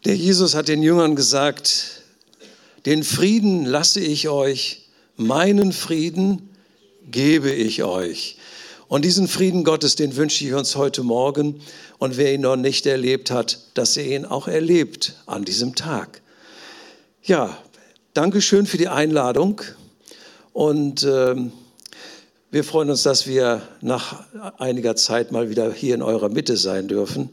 Der Jesus hat den Jüngern gesagt, den Frieden lasse ich euch, meinen Frieden gebe ich euch. Und diesen Frieden Gottes, den wünsche ich uns heute Morgen. Und wer ihn noch nicht erlebt hat, dass er ihn auch erlebt an diesem Tag. Ja, Dankeschön für die Einladung. Und wir freuen uns, dass wir nach einiger Zeit mal wieder hier in eurer Mitte sein dürfen.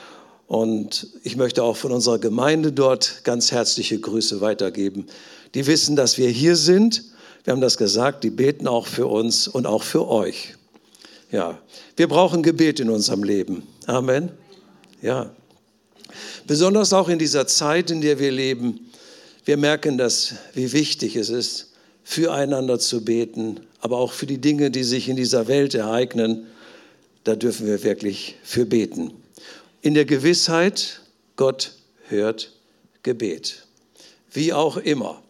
Und ich möchte auch von unserer Gemeinde dort ganz herzliche Grüße weitergeben. Die wissen, dass wir hier sind. Wir haben das gesagt, die beten auch für uns und auch für euch. Ja, wir brauchen Gebet in unserem Leben. Amen. Ja. Besonders auch in dieser Zeit, in der wir leben. Wir merken das, wie wichtig es ist, füreinander zu beten, aber auch für die Dinge, die sich in dieser Welt ereignen. Da dürfen wir wirklich für beten. In der Gewissheit, Gott hört Gebet. Wie auch immer.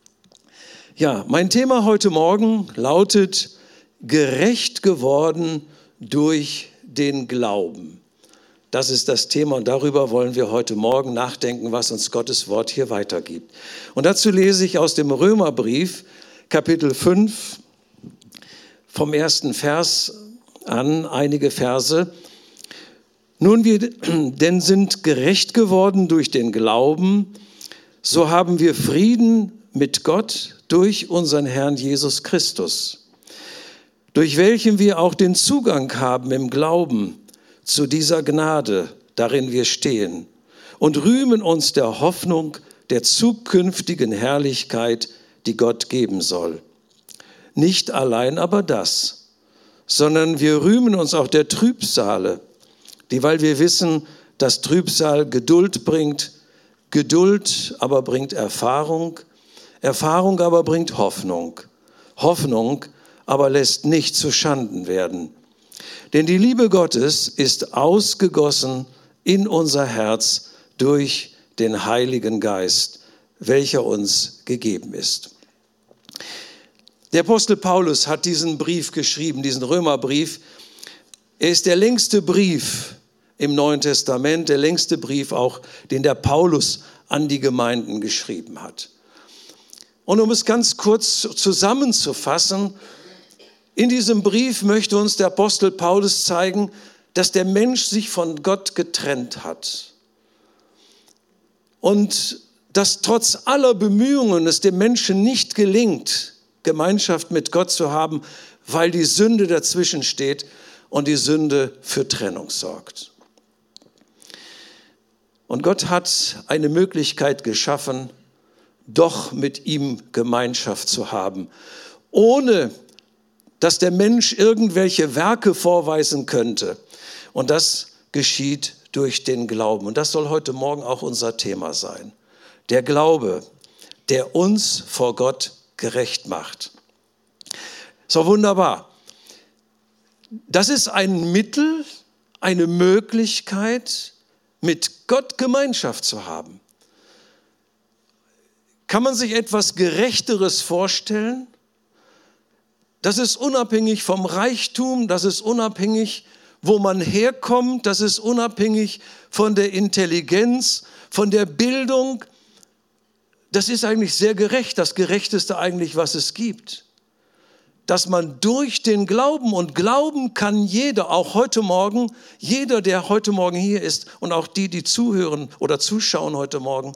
Ja, mein Thema heute Morgen lautet: gerecht geworden durch den Glauben. Das ist das Thema und darüber wollen wir heute Morgen nachdenken, was uns Gottes Wort hier weitergibt. Und dazu lese ich aus dem Römerbrief, Kapitel 5, vom ersten Vers an, einige Verse. Nun wir denn sind gerecht geworden durch den Glauben, so haben wir Frieden mit Gott durch unseren Herrn Jesus Christus, durch welchen wir auch den Zugang haben im Glauben zu dieser Gnade, darin wir stehen, und rühmen uns der Hoffnung der zukünftigen Herrlichkeit, die Gott geben soll. Nicht allein aber das, sondern wir rühmen uns auch der Trübsale, dieweil wir wissen, dass Trübsal Geduld bringt, Geduld aber bringt Erfahrung, Erfahrung aber bringt Hoffnung, Hoffnung aber lässt nicht zu Schanden werden. Denn die Liebe Gottes ist ausgegossen in unser Herz durch den Heiligen Geist, welcher uns gegeben ist. Der Apostel Paulus hat diesen Brief geschrieben, diesen Römerbrief. Er ist der längste Brief im Neuen Testament, der längste Brief auch, den der Paulus an die Gemeinden geschrieben hat. Und um es ganz kurz zusammenzufassen, in diesem Brief möchte uns der Apostel Paulus zeigen, dass der Mensch sich von Gott getrennt hat. Und dass trotz aller Bemühungen es dem Menschen nicht gelingt, Gemeinschaft mit Gott zu haben, weil die Sünde dazwischen steht und die Sünde für Trennung sorgt. Und Gott hat eine Möglichkeit geschaffen, doch mit ihm Gemeinschaft zu haben, ohne dass der Mensch irgendwelche Werke vorweisen könnte. Und das geschieht durch den Glauben. Und das soll heute Morgen auch unser Thema sein. Der Glaube, der uns vor Gott gerecht macht. So wunderbar. Das ist ein Mittel, eine Möglichkeit, mit Gott Gemeinschaft zu haben. Kann man sich etwas Gerechteres vorstellen? Das ist unabhängig vom Reichtum, das ist unabhängig, wo man herkommt, das ist unabhängig von der Intelligenz, von der Bildung. Das ist eigentlich sehr gerecht, das Gerechteste eigentlich, was es gibt. Dass man durch den Glauben, und Glauben kann jeder, auch heute Morgen, jeder, der heute Morgen hier ist und auch die, die zuhören oder zuschauen heute Morgen,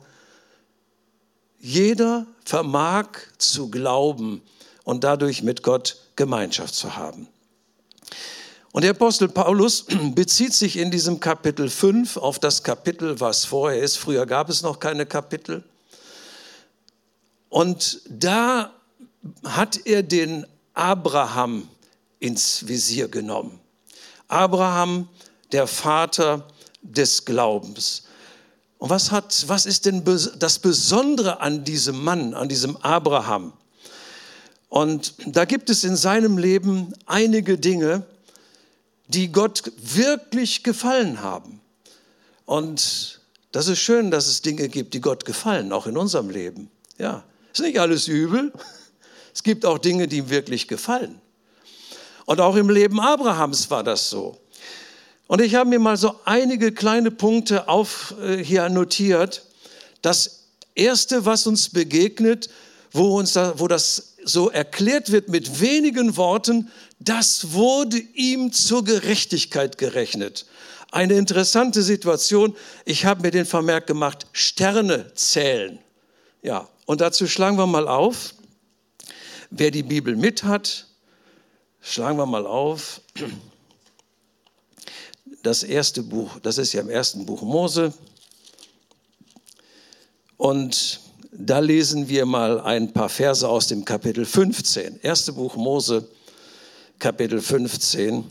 jeder vermag zu glauben und dadurch mit Gott Gemeinschaft zu haben. Und der Apostel Paulus bezieht sich in diesem Kapitel 5 auf das Kapitel, was vorher ist. Früher gab es noch keine Kapitel. Und da hat er den Abraham ins Visier genommen. Abraham, der Vater des Glaubens. Und was ist denn das Besondere an diesem Mann, an diesem Abraham? Und da gibt es in seinem Leben einige Dinge, die Gott wirklich gefallen haben. Und das ist schön, dass es Dinge gibt, die Gott gefallen, auch in unserem Leben. Ja, ist nicht alles übel. Es gibt auch Dinge, die ihm wirklich gefallen. Und auch im Leben Abrahams war das so. Und ich habe mir mal so einige kleine Punkte hier notiert, das Erste, was uns begegnet, wo das so erklärt wird mit wenigen Worten, das wurde ihm zur Gerechtigkeit gerechnet. Eine interessante Situation. Ich habe mir den Vermerk gemacht, Sterne zählen. Ja, und dazu schlagen wir mal auf. Wer die Bibel mit hat, schlagen wir mal auf. Das erste Buch, das ist ja im ersten Buch Mose. Und da lesen wir mal ein paar Verse aus dem Kapitel 15. Erste Buch Mose, Kapitel 15.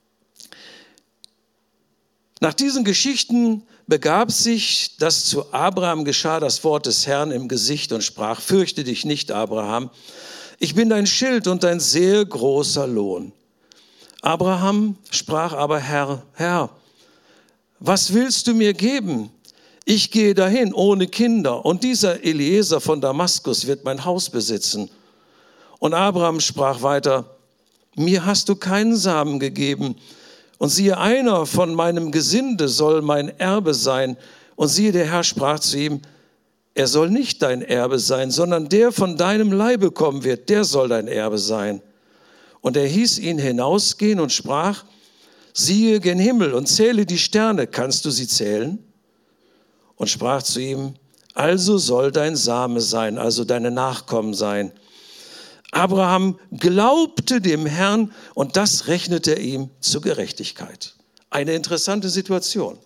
Nach diesen Geschichten begab sich, dass zu Abraham geschah das Wort des Herrn im Gesicht und sprach, fürchte dich nicht, Abraham, ich bin dein Schild und dein sehr großer Lohn. Abraham sprach aber, Herr, was willst du mir geben? Ich gehe dahin ohne Kinder und dieser Eliezer von Damaskus wird mein Haus besitzen. Und Abraham sprach weiter, mir hast du keinen Samen gegeben und siehe, einer von meinem Gesinde soll mein Erbe sein. Und siehe, der Herr sprach zu ihm, er soll nicht dein Erbe sein, sondern der von deinem Leibe kommen wird, der soll dein Erbe sein. Und er hieß ihn hinausgehen und sprach, siehe gen Himmel und zähle die Sterne, kannst du sie zählen? Und sprach zu ihm, also soll dein Same sein, also deine Nachkommen sein. Abraham glaubte dem Herrn und das rechnete er ihm zur Gerechtigkeit. Eine interessante Situation.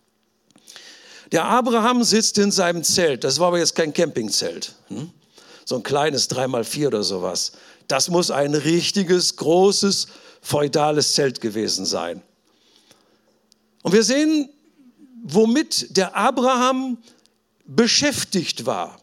Der Abraham sitzt in seinem Zelt, das war aber jetzt kein Campingzelt, so ein kleines 3x4 oder sowas. Das muss ein richtiges, großes, feudales Zelt gewesen sein. Und wir sehen, womit der Abraham beschäftigt war.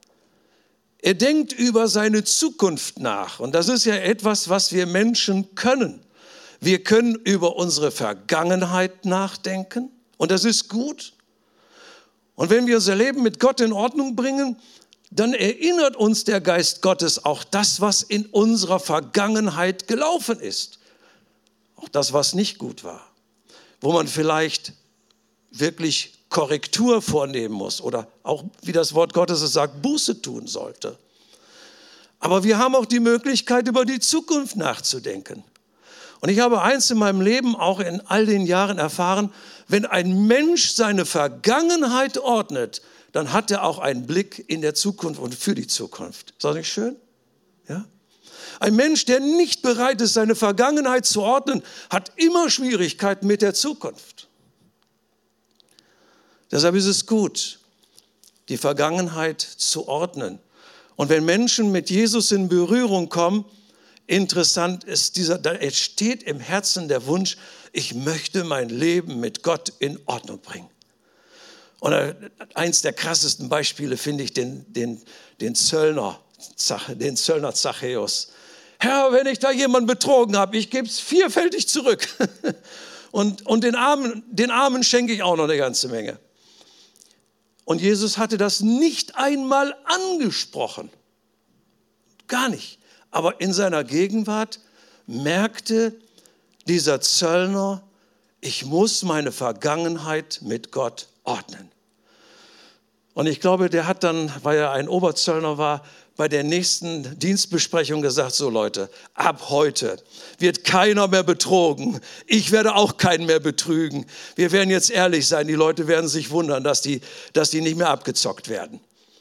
Er denkt über seine Zukunft nach. Und das ist ja etwas, was wir Menschen können. Wir können über unsere Vergangenheit nachdenken. Und das ist gut. Und wenn wir unser Leben mit Gott in Ordnung bringen, dann erinnert uns der Geist Gottes auch das, was in unserer Vergangenheit gelaufen ist. Auch das, was nicht gut war. Wo man vielleicht wirklich Korrektur vornehmen muss oder auch, wie das Wort Gottes es sagt, Buße tun sollte. Aber wir haben auch die Möglichkeit, über die Zukunft nachzudenken. Und ich habe eins in meinem Leben auch in all den Jahren erfahren, wenn ein Mensch seine Vergangenheit ordnet, dann hat er auch einen Blick in der Zukunft und für die Zukunft. Ist das nicht schön? Ja? Ein Mensch, der nicht bereit ist, seine Vergangenheit zu ordnen, hat immer Schwierigkeiten mit der Zukunft. Deshalb ist es gut, die Vergangenheit zu ordnen. Und wenn Menschen mit Jesus in Berührung kommen, interessant ist, da entsteht im Herzen der Wunsch, ich möchte mein Leben mit Gott in Ordnung bringen. Und eins der krassesten Beispiele finde ich den Zöllner Zachäus. Herr, wenn ich da jemanden betrogen habe, ich gebe es vierfältig zurück. Und den Armen schenke ich auch noch eine ganze Menge. Und Jesus hatte das nicht einmal angesprochen. Gar nicht. Aber in seiner Gegenwart merkte dieser Zöllner, ich muss meine Vergangenheit mit Gott ordnen. Und ich glaube, der hat dann, weil er ein Oberzöllner war, bei der nächsten Dienstbesprechung gesagt, so Leute, ab heute wird keiner mehr betrogen. Ich werde auch keinen mehr betrügen. Wir werden jetzt ehrlich sein, die Leute werden sich wundern, dass die nicht mehr abgezockt werden.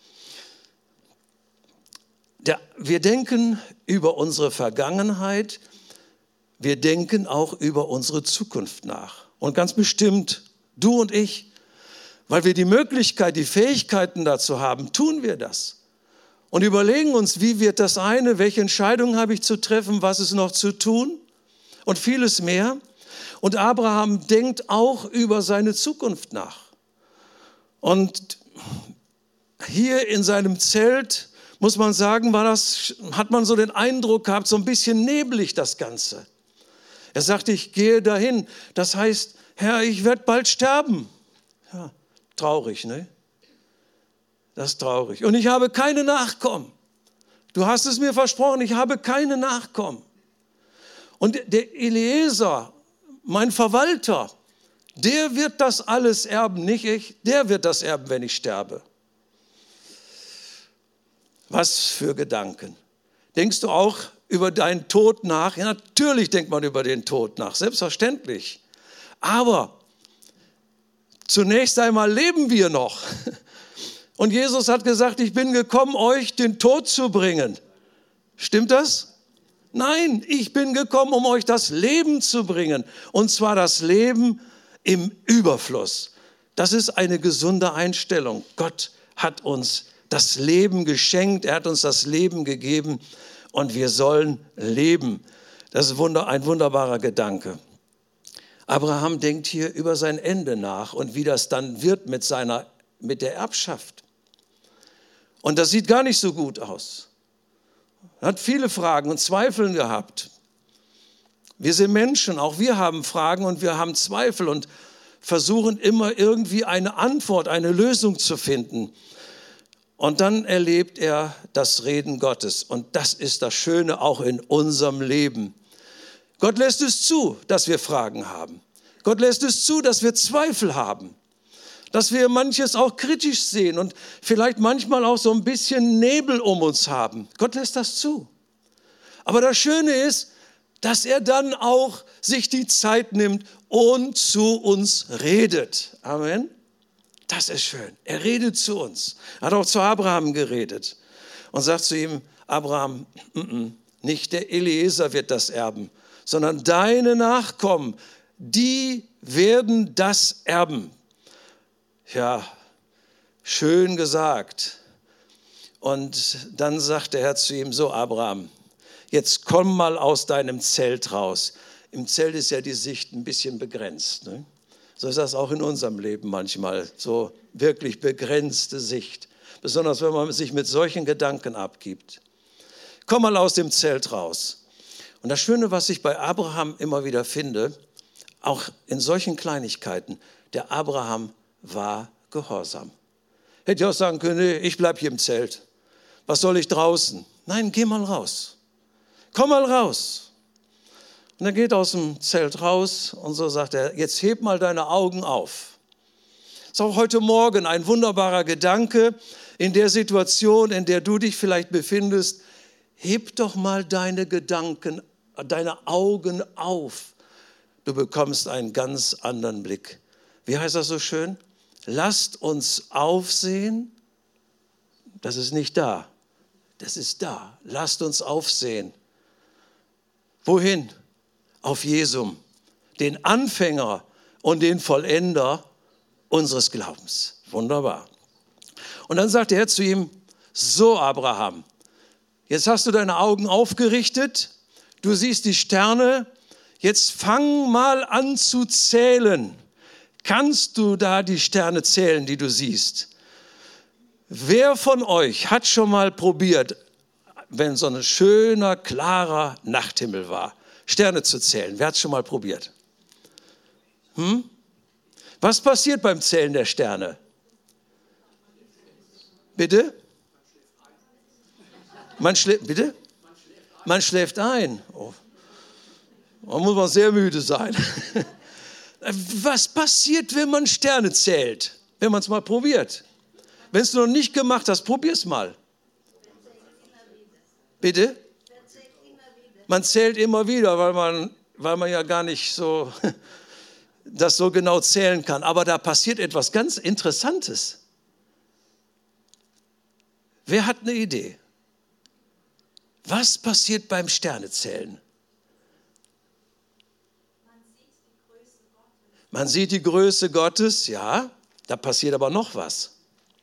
Wir denken über unsere Vergangenheit, wir denken auch über unsere Zukunft nach. Und ganz bestimmt, du und ich, weil wir die Möglichkeit, die Fähigkeiten dazu haben, tun wir das. Und überlegen uns, wie wird das eine, welche Entscheidungen habe ich zu treffen, was ist noch zu tun und vieles mehr. Und Abraham denkt auch über seine Zukunft nach. Und hier in seinem Zelt, muss man sagen, hat man so den Eindruck gehabt, so ein bisschen neblig das Ganze. Er sagte, ich gehe dahin. Das heißt, Herr, ich werde bald sterben. Ja, traurig, ne? Das ist traurig. Und ich habe keine Nachkommen. Du hast es mir versprochen, ich habe keine Nachkommen. Und der Eliezer, mein Verwalter, der wird das alles erben, nicht ich. Der wird das erben, wenn ich sterbe. Was für Gedanken. Denkst du auch über deinen Tod nach? Ja, natürlich denkt man über den Tod nach, selbstverständlich. Aber zunächst einmal leben wir noch. Und Jesus hat gesagt, ich bin gekommen, euch den Tod zu bringen. Stimmt das? Nein, ich bin gekommen, um euch das Leben zu bringen. Und zwar das Leben im Überfluss. Das ist eine gesunde Einstellung. Gott hat uns das Leben geschenkt, er hat uns das Leben gegeben und wir sollen leben. Das ist ein wunderbarer Gedanke. Abraham denkt hier über sein Ende nach und wie das dann wird mit der Erbschaft. Und das sieht gar nicht so gut aus. Er hat viele Fragen und Zweifel gehabt. Wir sind Menschen, auch wir haben Fragen und wir haben Zweifel und versuchen immer irgendwie eine Antwort, eine Lösung zu finden. Und dann erlebt er das Reden Gottes. Und das ist das Schöne auch in unserem Leben. Gott lässt es zu, dass wir Fragen haben. Gott lässt es zu, dass wir Zweifel haben. Dass wir manches auch kritisch sehen und vielleicht manchmal auch so ein bisschen Nebel um uns haben. Gott lässt das zu. Aber das Schöne ist, dass er dann auch sich die Zeit nimmt und zu uns redet. Amen. Das ist schön. Er redet zu uns. Er hat auch zu Abraham geredet und sagt zu ihm, Abraham, nicht der Eliezer wird das erben, sondern deine Nachkommen, die werden das erben. Ja, schön gesagt. Und dann sagt der Herr zu ihm, so Abraham, jetzt komm mal aus deinem Zelt raus. Im Zelt ist ja die Sicht ein bisschen begrenzt. Ne? So ist das auch in unserem Leben manchmal, so wirklich begrenzte Sicht. Besonders wenn man sich mit solchen Gedanken abgibt. Komm mal aus dem Zelt raus. Und das Schöne, was ich bei Abraham immer wieder finde, auch in solchen Kleinigkeiten, der Abraham war gehorsam. Hätte ich auch sagen können, nee, ich bleibe hier im Zelt. Was soll ich draußen? Nein, geh mal raus. Komm mal raus. Und er geht aus dem Zelt raus und so sagt er, jetzt heb mal deine Augen auf. Das ist auch heute Morgen ein wunderbarer Gedanke in der Situation, in der du dich vielleicht befindest. Heb doch mal deine Gedanken, deine Augen auf. Du bekommst einen ganz anderen Blick. Wie heißt das so schön? Lasst uns aufsehen. Das ist nicht da. Das ist da. Lasst uns aufsehen. Wohin? Auf Jesum, den Anfänger und den Vollender unseres Glaubens. Wunderbar. Und dann sagt der Herr zu ihm, so Abraham, jetzt hast du deine Augen aufgerichtet, du siehst die Sterne, jetzt fang mal an zu zählen. Kannst du da die Sterne zählen, die du siehst? Wer von euch hat schon mal probiert, wenn so ein schöner, klarer Nachthimmel war, Sterne zu zählen? Wer hat es schon mal probiert? Was passiert beim Zählen der Sterne? Bitte? Bitte? Man schläft ein. Oh. Da muss man sehr müde sein. Was passiert, wenn man Sterne zählt? Wenn man es mal probiert. Wenn es noch nicht gemacht hast, probier es mal. Bitte? Man zählt immer wieder, weil man ja gar nicht so das so genau zählen kann. Aber da passiert etwas ganz Interessantes. Wer hat eine Idee? Was passiert beim Sternezählen? Man sieht die Größe Gottes, ja, da passiert aber noch was.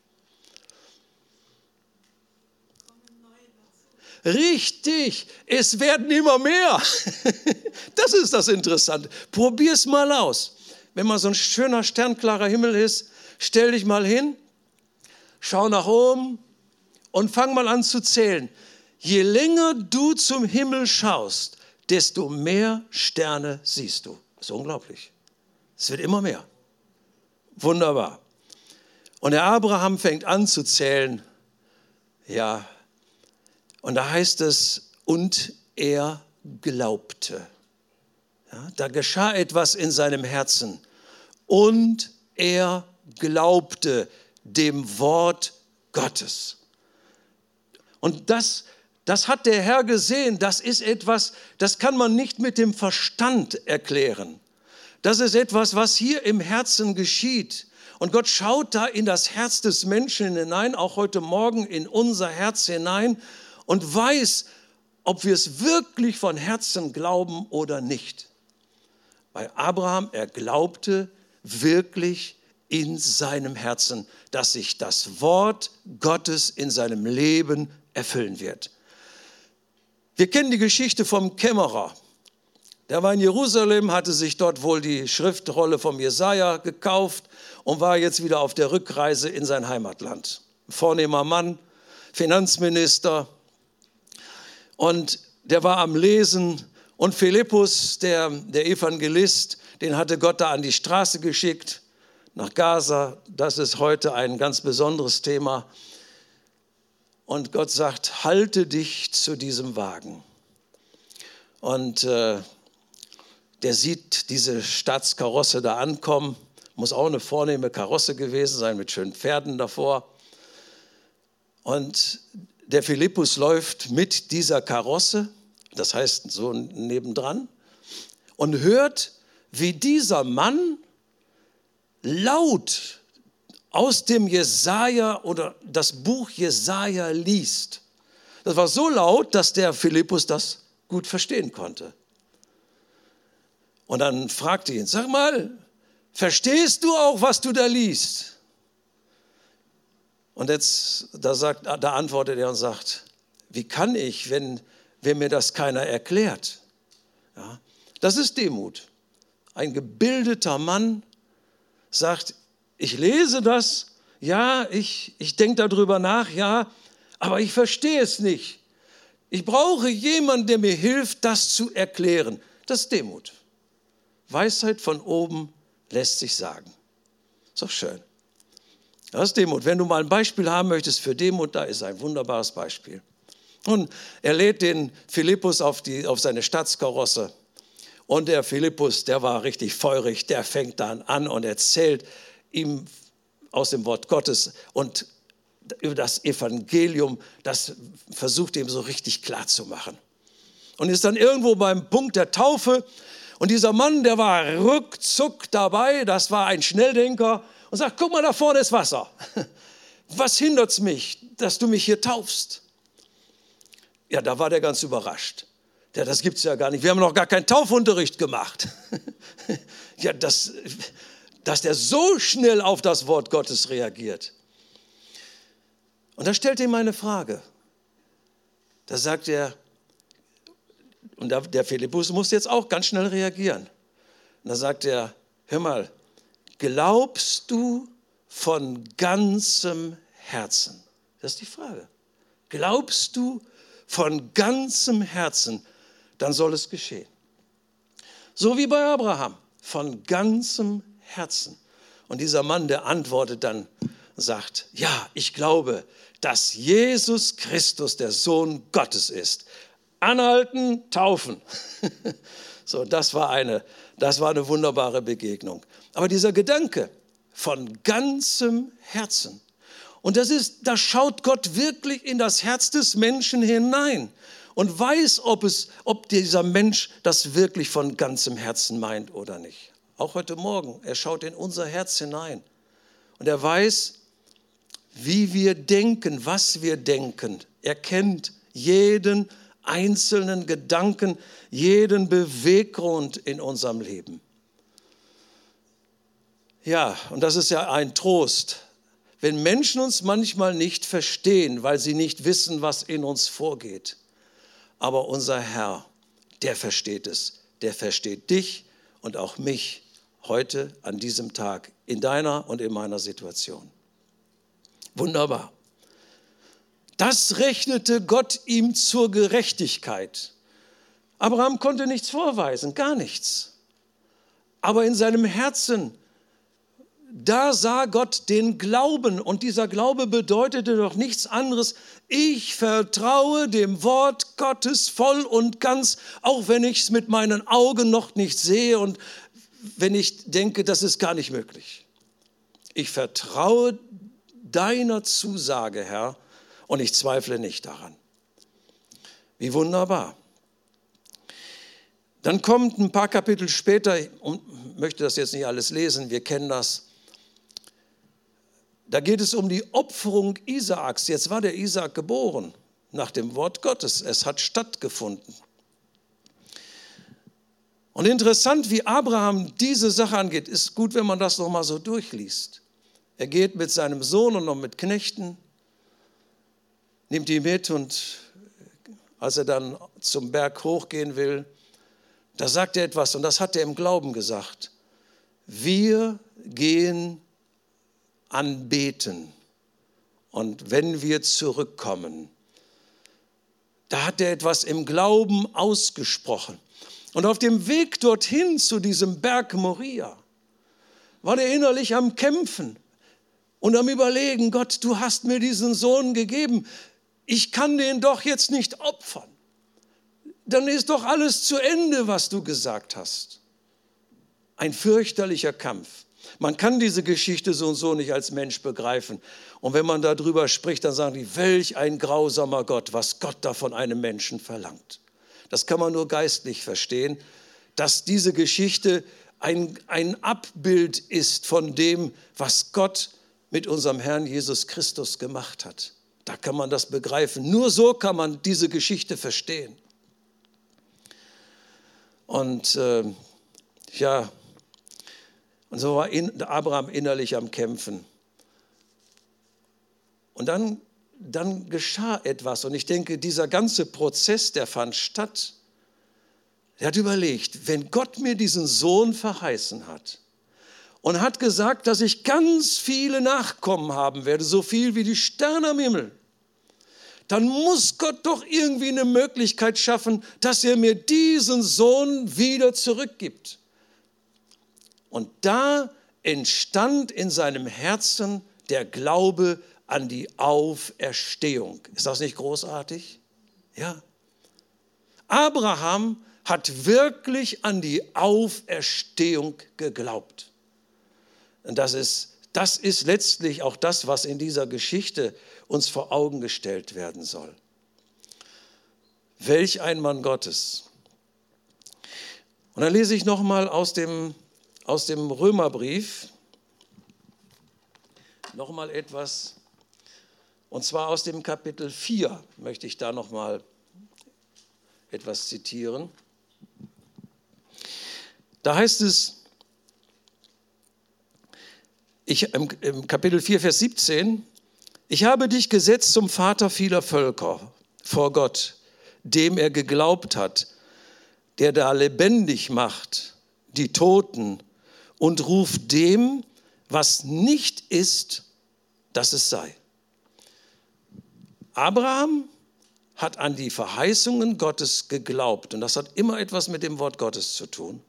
Richtig, es werden immer mehr. Das ist das Interessante. Probier es mal aus. Wenn mal so ein schöner, sternklarer Himmel ist, stell dich mal hin, schau nach oben und fang mal an zu zählen. Je länger du zum Himmel schaust, desto mehr Sterne siehst du. Das ist unglaublich. Es wird immer mehr. Wunderbar. Und der Abraham fängt an zu zählen. Ja, und da heißt es, und er glaubte. Ja, da geschah etwas in seinem Herzen. Und er glaubte dem Wort Gottes. Und das hat der Herr gesehen. Das ist etwas, das kann man nicht mit dem Verstand erklären. Das ist etwas, was hier im Herzen geschieht. Und Gott schaut da in das Herz des Menschen hinein, auch heute Morgen in unser Herz hinein und weiß, ob wir es wirklich von Herzen glauben oder nicht. Bei Abraham, er glaubte wirklich in seinem Herzen, dass sich das Wort Gottes in seinem Leben erfüllen wird. Wir kennen die Geschichte vom Kämmerer. Der war in Jerusalem, hatte sich dort wohl die Schriftrolle vom Jesaja gekauft und war jetzt wieder auf der Rückreise in sein Heimatland. Ein vornehmer Mann, Finanzminister, und der war am Lesen. Und Philippus, der Evangelist, den hatte Gott da an die Straße geschickt, nach Gaza. Das ist heute ein ganz besonderes Thema. Und Gott sagt, halte dich zu diesem Wagen. Und der sieht diese Staatskarosse da ankommen. Muss auch eine vornehme Karosse gewesen sein, mit schönen Pferden davor. Und der Philippus läuft mit dieser Karosse, das heißt so nebendran, und hört, wie dieser Mann laut aus dem Jesaja oder das Buch Jesaja liest. Das war so laut, dass der Philippus das gut verstehen konnte. Und dann fragte ihn, sag mal, verstehst du auch, was du da liest? Und jetzt, da antwortet er und sagt, wie kann ich, wenn mir das keiner erklärt? Ja, das ist Demut. Ein gebildeter Mann sagt, ich lese das, ja, ich denke darüber nach, ja, aber ich verstehe es nicht. Ich brauche jemanden, der mir hilft, das zu erklären. Das ist Demut. Weisheit von oben lässt sich sagen. Ist doch schön. Das ist Demut. Wenn du mal ein Beispiel haben möchtest für Demut, da ist ein wunderbares Beispiel. Und er lädt den Philippus auf seine Staatskarosse. Und der Philippus, der war richtig feurig, der fängt dann an und erzählt ihm aus dem Wort Gottes und über das Evangelium, das versucht ihm so richtig klar zu machen. Und ist dann irgendwo beim Punkt der Taufe. Und dieser Mann, der war ruckzuck dabei, das war ein Schnelldenker, und sagt, guck mal, da vorne ist Wasser. Was hindert es mich, dass du mich hier taufst? Ja, da war der ganz überrascht. Ja, das gibt es ja gar nicht. Wir haben noch gar keinen Taufunterricht gemacht. Ja, dass der so schnell auf das Wort Gottes reagiert. Und da stellt er ihm eine Frage. Da sagt er, und der Philippus muss jetzt auch ganz schnell reagieren. Und da sagt er, hör mal, glaubst du von ganzem Herzen? Das ist die Frage. Glaubst du von ganzem Herzen, dann soll es geschehen. So wie bei Abraham, von ganzem Herzen. Und dieser Mann, der antwortet dann, sagt, ja, ich glaube, dass Jesus Christus der Sohn Gottes ist. Anhalten, taufen. So, das war eine wunderbare Begegnung. Aber dieser Gedanke von ganzem Herzen, und da schaut Gott wirklich in das Herz des Menschen hinein und weiß, ob dieser Mensch das wirklich von ganzem Herzen meint oder nicht. Auch heute Morgen, er schaut in unser Herz hinein und er weiß, wie wir denken, was wir denken. Er kennt jeden einzelnen Gedanken, jeden Beweggrund in unserem Leben. Ja, und das ist ja ein Trost, wenn Menschen uns manchmal nicht verstehen, weil sie nicht wissen, was in uns vorgeht. Aber unser Herr, der versteht es. Der versteht dich und auch mich heute an diesem Tag in deiner und in meiner Situation. Wunderbar. Das rechnete Gott ihm zur Gerechtigkeit. Abraham konnte nichts vorweisen, gar nichts. Aber in seinem Herzen, da sah Gott den Glauben. Und dieser Glaube bedeutete doch nichts anderes. Ich vertraue dem Wort Gottes voll und ganz, auch wenn ich es mit meinen Augen noch nicht sehe und wenn ich denke, das ist gar nicht möglich. Ich vertraue deiner Zusage, Herr. Und ich zweifle nicht daran. Wie wunderbar. Dann kommt ein paar Kapitel später, und ich möchte das jetzt nicht alles lesen, wir kennen das. Da geht es um die Opferung Isaaks. Jetzt war der Isaak geboren, nach dem Wort Gottes. Es hat stattgefunden. Und interessant, wie Abraham diese Sache angeht, ist gut, wenn man das nochmal so durchliest. Er geht mit seinem Sohn und noch mit Knechten, nimmt die mit, und als er dann zum Berg hochgehen will, da sagt er etwas, und das hat er im Glauben gesagt. Wir gehen anbeten, und wenn wir zurückkommen, da hat er etwas im Glauben ausgesprochen. Und auf dem Weg dorthin zu diesem Berg Moria war er innerlich am Kämpfen und am Überlegen, Gott, du hast mir diesen Sohn gegeben, ich kann den doch jetzt nicht opfern. Dann ist doch alles zu Ende, was du gesagt hast. Ein fürchterlicher Kampf. Man kann diese Geschichte so und so nicht als Mensch begreifen. Und wenn man darüber spricht, dann sagen die, welch ein grausamer Gott, was Gott da von einem Menschen verlangt. Das kann man nur geistlich verstehen, dass diese Geschichte ein Abbild ist von dem, was Gott mit unserem Herrn Jesus Christus gemacht hat. Da kann man das begreifen. Nur so kann man diese Geschichte verstehen. Und und so war Abraham innerlich am Kämpfen. Und dann geschah etwas. Und ich denke, dieser ganze Prozess, der fand statt. Er hat überlegt, wenn Gott mir diesen Sohn verheißen hat und hat gesagt, dass ich ganz viele Nachkommen haben werde, so viel wie die Sterne am Himmel, dann muss Gott doch irgendwie eine Möglichkeit schaffen, dass er mir diesen Sohn wieder zurückgibt. Und da entstand in seinem Herzen der Glaube an die Auferstehung. Ist das nicht großartig? Ja. Abraham hat wirklich an die Auferstehung geglaubt. Und das ist letztlich auch das, was in dieser Geschichte uns vor Augen gestellt werden soll. Welch ein Mann Gottes. Und dann lese ich nochmal aus dem Römerbrief nochmal etwas, und zwar aus dem Kapitel 4 möchte ich da nochmal etwas zitieren. Da heißt es, im Kapitel 4, Vers 17, ich habe dich gesetzt zum Vater vieler Völker vor Gott, dem er geglaubt hat, der da lebendig macht die Toten und ruft dem, was nicht ist, dass es sei. Abraham hat an die Verheißungen Gottes geglaubt, und das hat immer etwas mit dem Wort Gottes zu tun.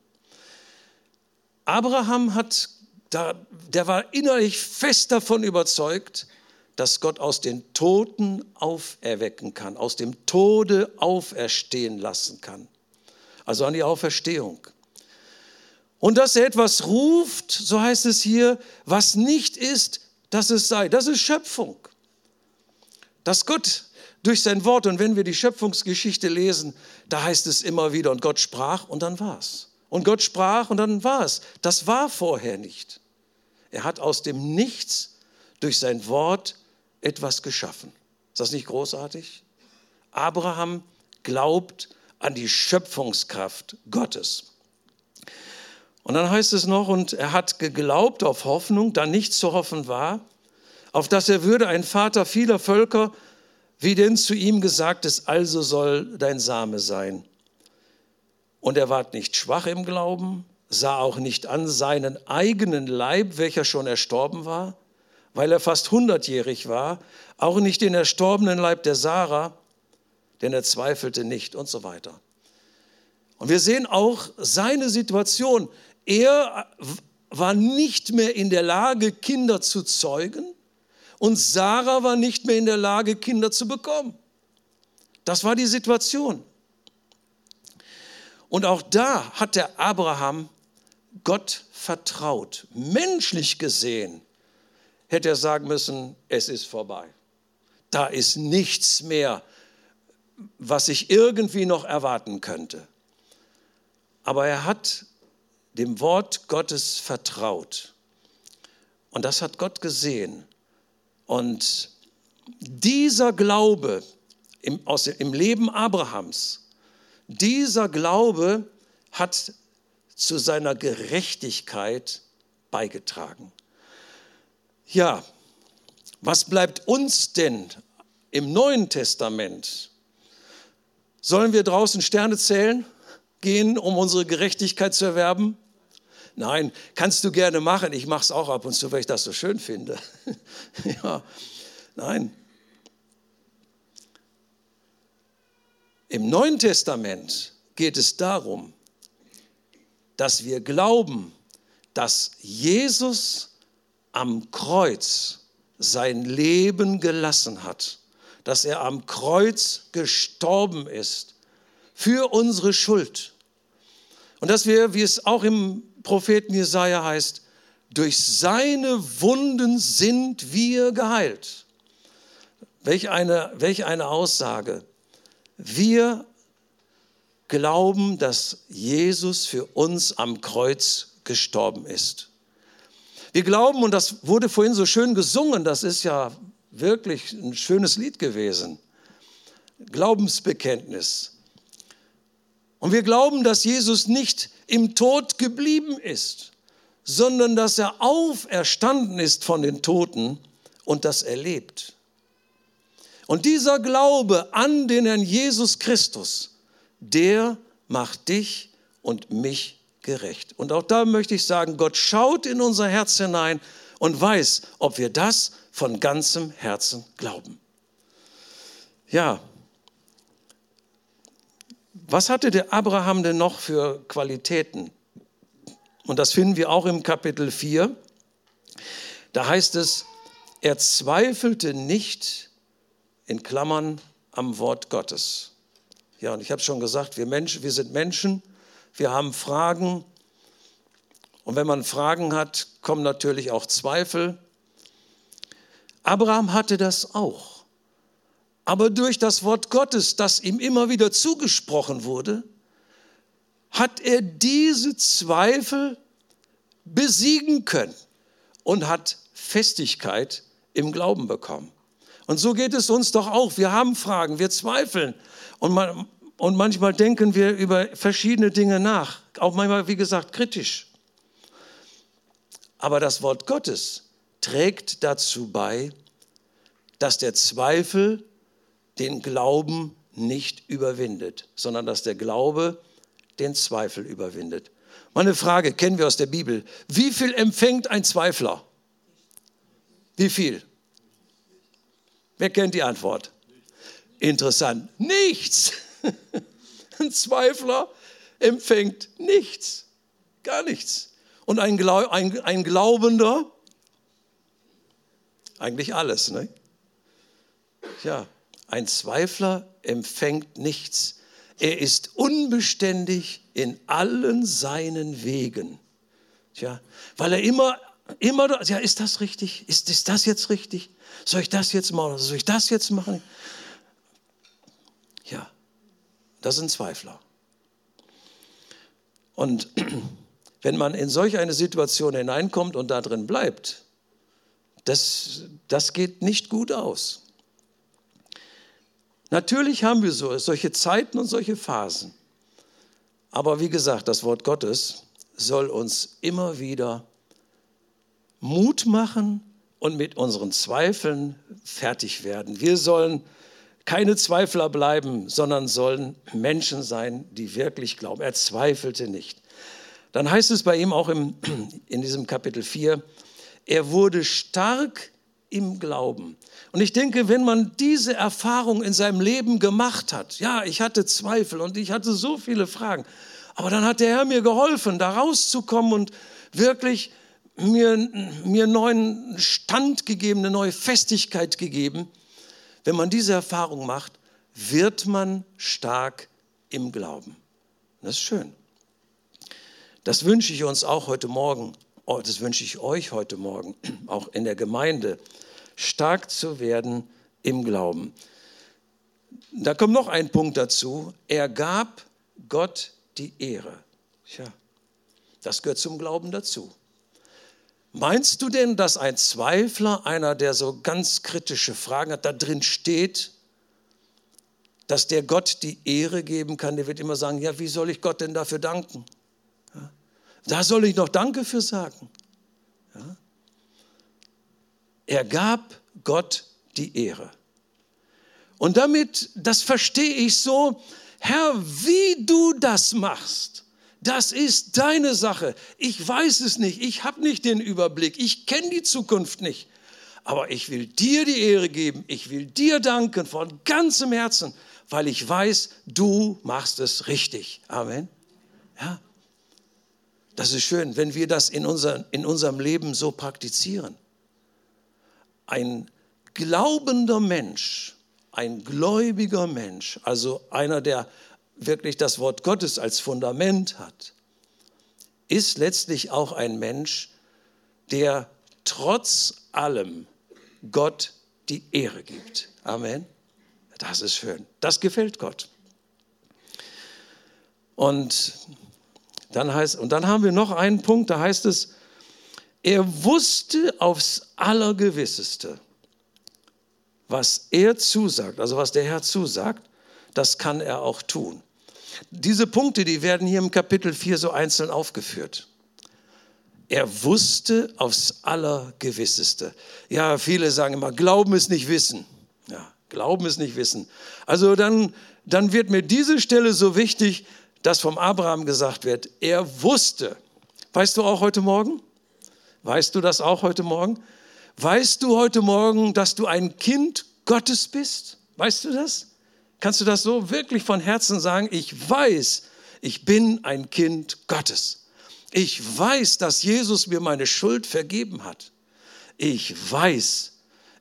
Abraham der war innerlich fest davon überzeugt, dass Gott aus den Toten auferwecken kann, aus dem Tode auferstehen lassen kann. Also an die Auferstehung. Und dass er etwas ruft, so heißt es hier, was nicht ist, dass es sei. Das ist Schöpfung. Dass Gott durch sein Wort, und wenn wir die Schöpfungsgeschichte lesen, da heißt es immer wieder, und Gott sprach und dann war es. Und Gott sprach und dann war es. Das war vorher nicht. Er hat aus dem Nichts durch sein Wort etwas geschaffen. Ist das nicht großartig? Abraham glaubt an die Schöpfungskraft Gottes. Und dann heißt es noch, und er hat geglaubt auf Hoffnung, da nichts zu hoffen war, auf dass er würde ein Vater vieler Völker, wie denn zu ihm gesagt ist, also soll dein Same sein. Und er ward nicht schwach im Glauben, sah auch nicht an seinen eigenen Leib, welcher schon erstorben war, weil er fast 100-jährig war, auch nicht den erstorbenen Leib der Sarah, denn er zweifelte nicht und so weiter. Und wir sehen auch seine Situation. Er war nicht mehr in der Lage, Kinder zu zeugen, und Sarah war nicht mehr in der Lage, Kinder zu bekommen. Das war die Situation. Und auch da hat der Abraham Gott vertraut. Menschlich gesehen hätte er sagen müssen, es ist vorbei. Da ist nichts mehr, was ich irgendwie noch erwarten könnte. Aber er hat dem Wort Gottes vertraut. Und das hat Gott gesehen. Und dieser Glaube im Leben Abrahams, dieser Glaube hat zu seiner Gerechtigkeit beigetragen. Ja, was bleibt uns denn im Neuen Testament? Sollen wir draußen Sterne zählen gehen, um unsere Gerechtigkeit zu erwerben? Nein, kannst du gerne machen. Ich mache es auch ab und zu, weil ich das so schön finde. Ja, nein. Im Neuen Testament geht es darum, dass wir glauben, dass Jesus am Kreuz sein Leben gelassen hat, dass er am Kreuz gestorben ist für unsere Schuld. Und dass wir, wie es auch im Propheten Jesaja heißt, durch seine Wunden sind wir geheilt. Welch eine Aussage. Wir glauben, dass Jesus für uns am Kreuz gestorben ist. Wir glauben, und das wurde vorhin so schön gesungen, das ist ja wirklich ein schönes Lied gewesen. Glaubensbekenntnis. Und wir glauben, dass Jesus nicht im Tod geblieben ist, sondern dass er auferstanden ist von den Toten und das er lebt. Und dieser Glaube an den Herrn Jesus Christus, der macht dich und mich gerecht. Und auch da möchte ich sagen, Gott schaut in unser Herz hinein und weiß, ob wir das von ganzem Herzen glauben. Ja, was hatte der Abraham denn noch für Qualitäten? Und das finden wir auch im Kapitel 4. Da heißt es, er zweifelte nicht, in Klammern, am Wort Gottes. Ja, und ich habe schon gesagt, wir sind Menschen, wir haben Fragen. Und wenn man Fragen hat, kommen natürlich auch Zweifel. Abraham hatte das auch. Aber durch das Wort Gottes, das ihm immer wieder zugesprochen wurde, hat er diese Zweifel besiegen können und hat Festigkeit im Glauben bekommen. Und so geht es uns doch auch. Wir haben Fragen, wir zweifeln und manchmal denken wir über verschiedene Dinge nach. Auch manchmal, wie gesagt, kritisch. Aber das Wort Gottes trägt dazu bei, dass der Zweifel den Glauben nicht überwindet, sondern dass der Glaube den Zweifel überwindet. Meine Frage, kennen wir aus der Bibel. Wie viel empfängt ein Zweifler? Wie viel? Wer kennt die Antwort? Interessant. Nichts. Ein Zweifler empfängt nichts. Gar nichts. Und ein Glaubender, eigentlich alles, ne? Ja, ein Zweifler empfängt nichts. Er ist unbeständig in allen seinen Wegen. Tja, weil er immer, ja, ist das richtig? Ist das jetzt richtig? Soll ich das jetzt machen? Soll ich das jetzt machen? Ja, das sind Zweifler. Und wenn man in solch eine Situation hineinkommt und da drin bleibt, das geht nicht gut aus. Natürlich haben wir solche Zeiten und solche Phasen. Aber wie gesagt, das Wort Gottes soll uns immer wieder Mut machen und mit unseren Zweifeln fertig werden. Wir sollen keine Zweifler bleiben, sondern sollen Menschen sein, die wirklich glauben. Er zweifelte nicht. Dann heißt es bei ihm auch in diesem Kapitel 4, er wurde stark im Glauben. Und ich denke, wenn man diese Erfahrung in seinem Leben gemacht hat, ja, ich hatte Zweifel und ich hatte so viele Fragen, aber dann hat der Herr mir geholfen, da rauszukommen und wirklich mir neuen Stand gegeben, eine neue Festigkeit gegeben. Wenn man diese Erfahrung macht, wird man stark im Glauben. Das ist schön. Das wünsche ich uns auch heute Morgen, das wünsche ich euch heute Morgen, auch in der Gemeinde, stark zu werden im Glauben. Da kommt noch ein Punkt dazu. Er gab Gott die Ehre. Tja, das gehört zum Glauben dazu. Meinst du denn, dass ein Zweifler, einer, der so ganz kritische Fragen hat, da drin steht, dass der Gott die Ehre geben kann? Der wird immer sagen, ja, wie soll ich Gott denn dafür danken? Ja, da soll ich noch Danke für sagen. Ja? Er gab Gott die Ehre. Und damit, das verstehe ich so, Herr, wie du das machst, das ist deine Sache. Ich weiß es nicht, ich habe nicht den Überblick, ich kenne die Zukunft nicht. Aber ich will dir die Ehre geben, ich will dir danken von ganzem Herzen, weil ich weiß, du machst es richtig. Amen. Ja. Das ist schön, wenn wir das in unserem Leben so praktizieren. Ein glaubender Mensch, ein gläubiger Mensch, also einer, der wirklich das Wort Gottes als Fundament hat, ist letztlich auch ein Mensch, der trotz allem Gott die Ehre gibt. Amen. Das ist schön. Das gefällt Gott. Und dann haben wir noch einen Punkt, da heißt es, er wusste aufs Allergewisseste, was er zusagt, also was der Herr zusagt, das kann er auch tun. Diese Punkte, die werden hier im Kapitel 4 so einzeln aufgeführt. Er wusste aufs Allergewisseste. Ja, viele sagen immer, Glauben ist nicht Wissen. Ja, Glauben ist nicht Wissen. Also dann wird mir diese Stelle so wichtig, dass vom Abraham gesagt wird, er wusste. Weißt du auch heute Morgen? Weißt du das auch heute Morgen? Weißt du heute Morgen, dass du ein Kind Gottes bist? Weißt du das? Kannst du das so wirklich von Herzen sagen? Ich weiß, ich bin ein Kind Gottes. Ich weiß, dass Jesus mir meine Schuld vergeben hat. Ich weiß.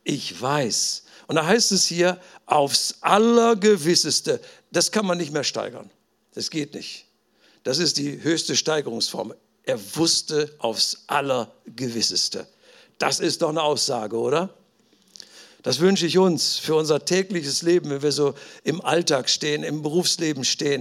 Und da heißt es hier, aufs Allergewisseste. Das kann man nicht mehr steigern. Das geht nicht. Das ist die höchste Steigerungsform. Er wusste aufs Allergewisseste. Das ist doch eine Aussage, oder? Das wünsche ich uns für unser tägliches Leben, wenn wir so im Alltag stehen, im Berufsleben stehen,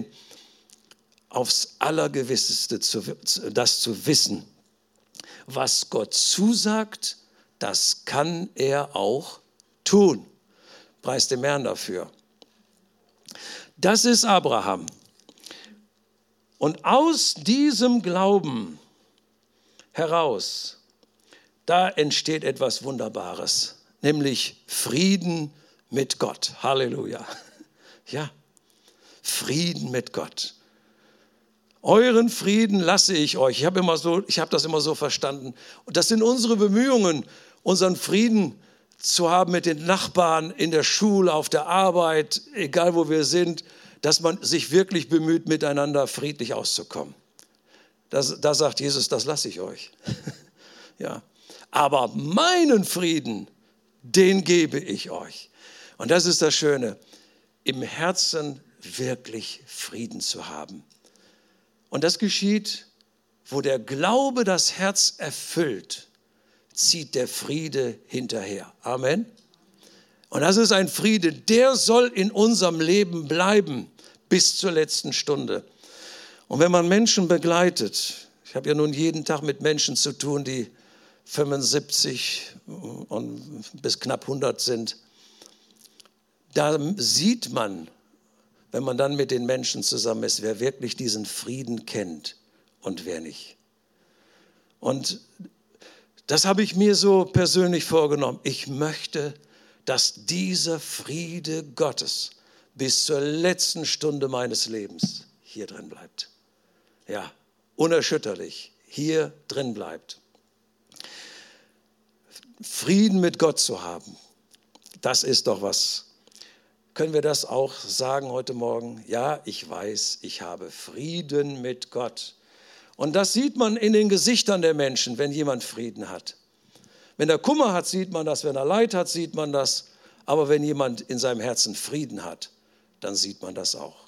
aufs Allergewisseste das zu wissen. Was Gott zusagt, das kann er auch tun. Preis dem Herrn dafür. Das ist Abraham. Und aus diesem Glauben heraus, da entsteht etwas Wunderbares. Nämlich Frieden mit Gott. Halleluja. Ja, Frieden mit Gott. Euren Frieden lasse ich euch. Ich habe das immer so verstanden. Und das sind unsere Bemühungen, unseren Frieden zu haben mit den Nachbarn, in der Schule, auf der Arbeit, egal wo wir sind, dass man sich wirklich bemüht, miteinander friedlich auszukommen. Da sagt Jesus, das lasse ich euch. Ja. Aber meinen Frieden, den gebe ich euch. Und das ist das Schöne, im Herzen wirklich Frieden zu haben. Und das geschieht, wo der Glaube das Herz erfüllt, zieht der Friede hinterher. Amen. Und das ist ein Friede, der soll in unserem Leben bleiben bis zur letzten Stunde. Und wenn man Menschen begleitet, ich habe ja nun jeden Tag mit Menschen zu tun, die 75 und bis knapp 100 sind, da sieht man, wenn man dann mit den Menschen zusammen ist, wer wirklich diesen Frieden kennt und wer nicht. Und das habe ich mir so persönlich vorgenommen. Ich möchte, dass dieser Friede Gottes bis zur letzten Stunde meines Lebens hier drin bleibt. Ja, unerschütterlich hier drin bleibt. Frieden mit Gott zu haben, das ist doch was. Können wir das auch sagen heute Morgen? Ja, ich weiß, ich habe Frieden mit Gott. Und das sieht man in den Gesichtern der Menschen, wenn jemand Frieden hat. Wenn er Kummer hat, sieht man das. Wenn er Leid hat, sieht man das. Aber wenn jemand in seinem Herzen Frieden hat, dann sieht man das auch.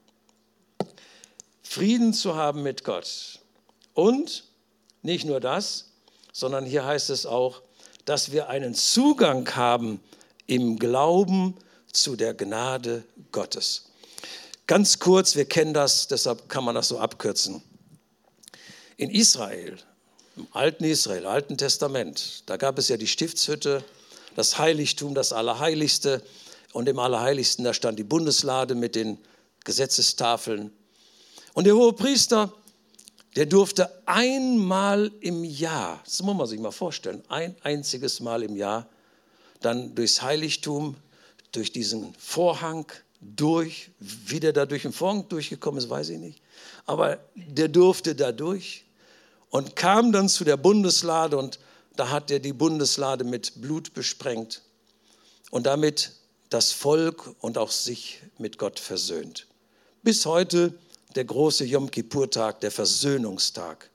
Frieden zu haben mit Gott. Und nicht nur das, sondern hier heißt es auch, dass wir einen Zugang haben im Glauben zu der Gnade Gottes. Ganz kurz, wir kennen das, deshalb kann man das so abkürzen. In Israel, im Alten Testament, da gab es ja die Stiftshütte, das Heiligtum, das Allerheiligste. Und im Allerheiligsten, da stand die Bundeslade mit den Gesetzestafeln. Und der Hohepriester, der durfte einmal im Jahr, das muss man sich mal vorstellen, ein einziges Mal im Jahr, dann durchs Heiligtum, durch diesen Vorhang durch, wie der da durch den Vorhang durchgekommen ist, weiß ich nicht, aber der durfte da durch und kam dann zu der Bundeslade und da hat er die Bundeslade mit Blut besprengt und damit das Volk und auch sich mit Gott versöhnt. Bis heute der große Jom Kippur-Tag, der Versöhnungstag.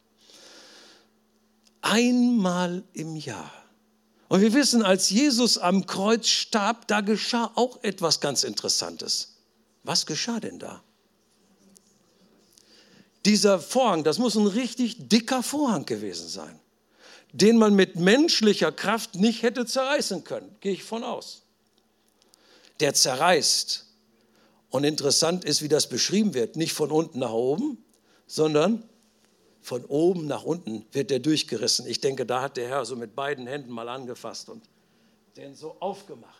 Einmal im Jahr. Und wir wissen, als Jesus am Kreuz starb, da geschah auch etwas ganz Interessantes. Was geschah denn da? Dieser Vorhang, das muss ein richtig dicker Vorhang gewesen sein, den man mit menschlicher Kraft nicht hätte zerreißen können, gehe ich von aus. Der zerreißt. Und interessant ist, wie das beschrieben wird, nicht von unten nach oben, sondern von oben nach unten wird der durchgerissen. Ich denke, da hat der Herr so mit beiden Händen mal angefasst und den so aufgemacht.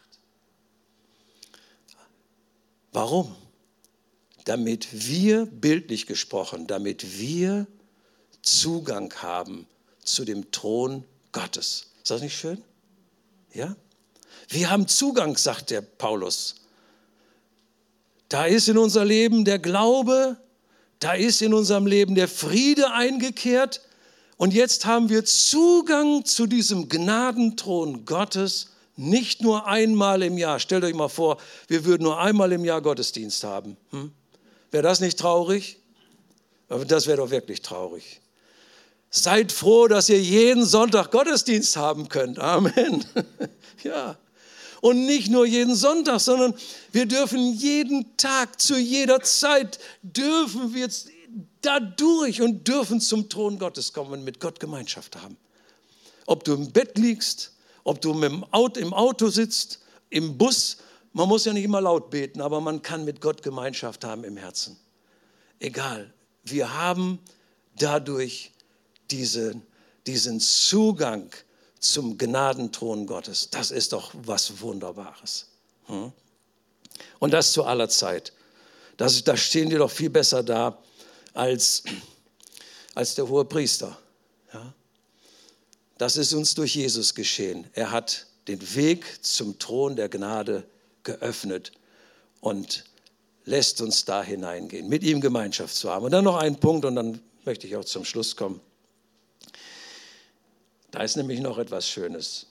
Warum? Damit wir, bildlich gesprochen, damit wir Zugang haben zu dem Thron Gottes. Ist das nicht schön? Ja? Wir haben Zugang, sagt der Paulus. Da ist in unser Leben der Glaube, da ist in unserem Leben der Friede eingekehrt und jetzt haben wir Zugang zu diesem Gnadenthron Gottes, nicht nur einmal im Jahr. Stellt euch mal vor, wir würden nur einmal im Jahr Gottesdienst haben. Wäre das nicht traurig? Aber das wäre doch wirklich traurig. Seid froh, dass ihr jeden Sonntag Gottesdienst haben könnt. Amen. Ja. Und nicht nur jeden Sonntag, sondern wir dürfen jeden Tag, zu jeder Zeit, dürfen wir jetzt dadurch und dürfen zum Thron Gottes kommen und mit Gott Gemeinschaft haben. Ob du im Bett liegst, ob du im Auto sitzt, im Bus, man muss ja nicht immer laut beten, aber man kann mit Gott Gemeinschaft haben im Herzen. Egal, wir haben dadurch diesen Zugang zum Gnadenthron Gottes. Das ist doch was Wunderbares. Und das zu aller Zeit. Da stehen die doch viel besser da als der Hohepriester. Ja? Das ist uns durch Jesus geschehen. Er hat den Weg zum Thron der Gnade geöffnet und lässt uns da hineingehen, mit ihm Gemeinschaft zu haben. Und dann noch ein Punkt und dann möchte ich auch zum Schluss kommen. Da ist nämlich noch etwas Schönes.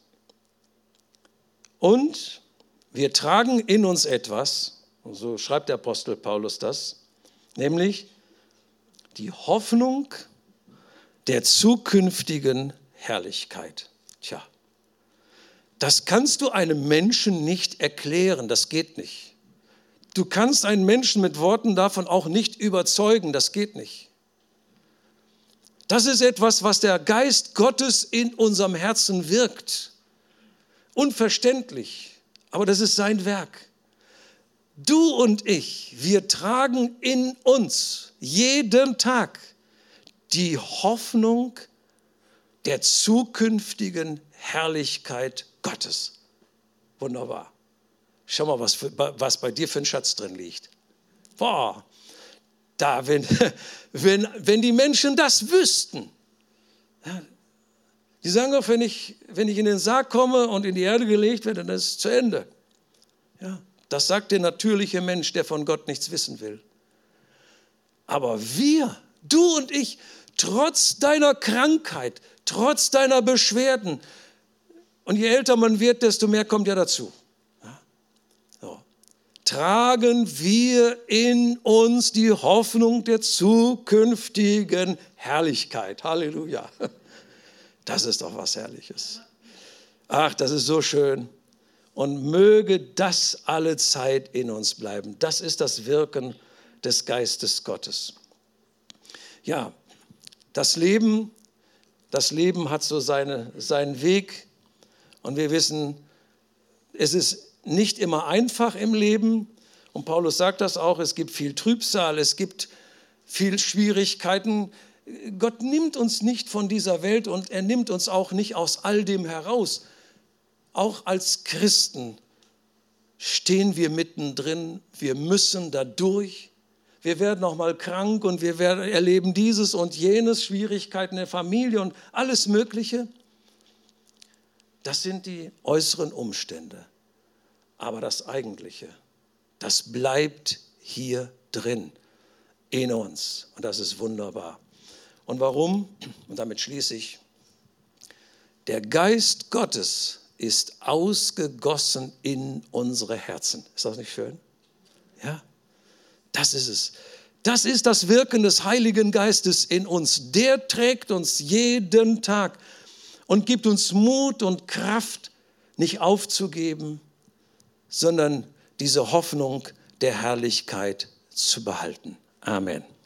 Und wir tragen in uns etwas, und so schreibt der Apostel Paulus das, nämlich die Hoffnung der zukünftigen Herrlichkeit. Tja, das kannst du einem Menschen nicht erklären, das geht nicht. Du kannst einen Menschen mit Worten davon auch nicht überzeugen, das geht nicht. Das ist etwas, was der Geist Gottes in unserem Herzen wirkt. Unverständlich, aber das ist sein Werk. Du und ich, wir tragen in uns jeden Tag die Hoffnung der zukünftigen Herrlichkeit Gottes. Wunderbar. Schau mal, was bei dir für ein Schatz drin liegt. Boah, da, wenn die Menschen das wüssten. Ja, die sagen auch, wenn ich in den Sarg komme und in die Erde gelegt werde, dann ist es zu Ende. Ja, das sagt der natürliche Mensch, der von Gott nichts wissen will. Aber wir, du und ich, trotz deiner Krankheit, trotz deiner Beschwerden, und je älter man wird, desto mehr kommt ja dazu. Ja? So. Tragen wir in uns die Hoffnung der zukünftigen Herrlichkeit. Halleluja. Das ist doch was Herrliches. Ach, das ist so schön. Und möge das alle Zeit in uns bleiben. Das ist das Wirken des Geistes Gottes. Ja, das Leben hat so seinen Weg. Und wir wissen, es ist nicht immer einfach im Leben. Und Paulus sagt das auch, es gibt viel Trübsal, es gibt viel Schwierigkeiten. Gott nimmt uns nicht von dieser Welt und er nimmt uns auch nicht aus all dem heraus. Auch als Christen stehen wir mittendrin, wir müssen da durch. Wir werden auch mal krank und wir erleben dieses und jenes, Schwierigkeiten in der Familie und alles Mögliche. Das sind die äußeren Umstände. Aber das Eigentliche, das bleibt hier drin, in uns. Und das ist wunderbar. Und warum? Und damit schließe ich. Der Geist Gottes ist ausgegossen in unsere Herzen. Ist das nicht schön? Ja, das ist es. Das ist das Wirken des Heiligen Geistes in uns. Der trägt uns jeden Tag und gibt uns Mut und Kraft, nicht aufzugeben, sondern diese Hoffnung der Herrlichkeit zu behalten. Amen.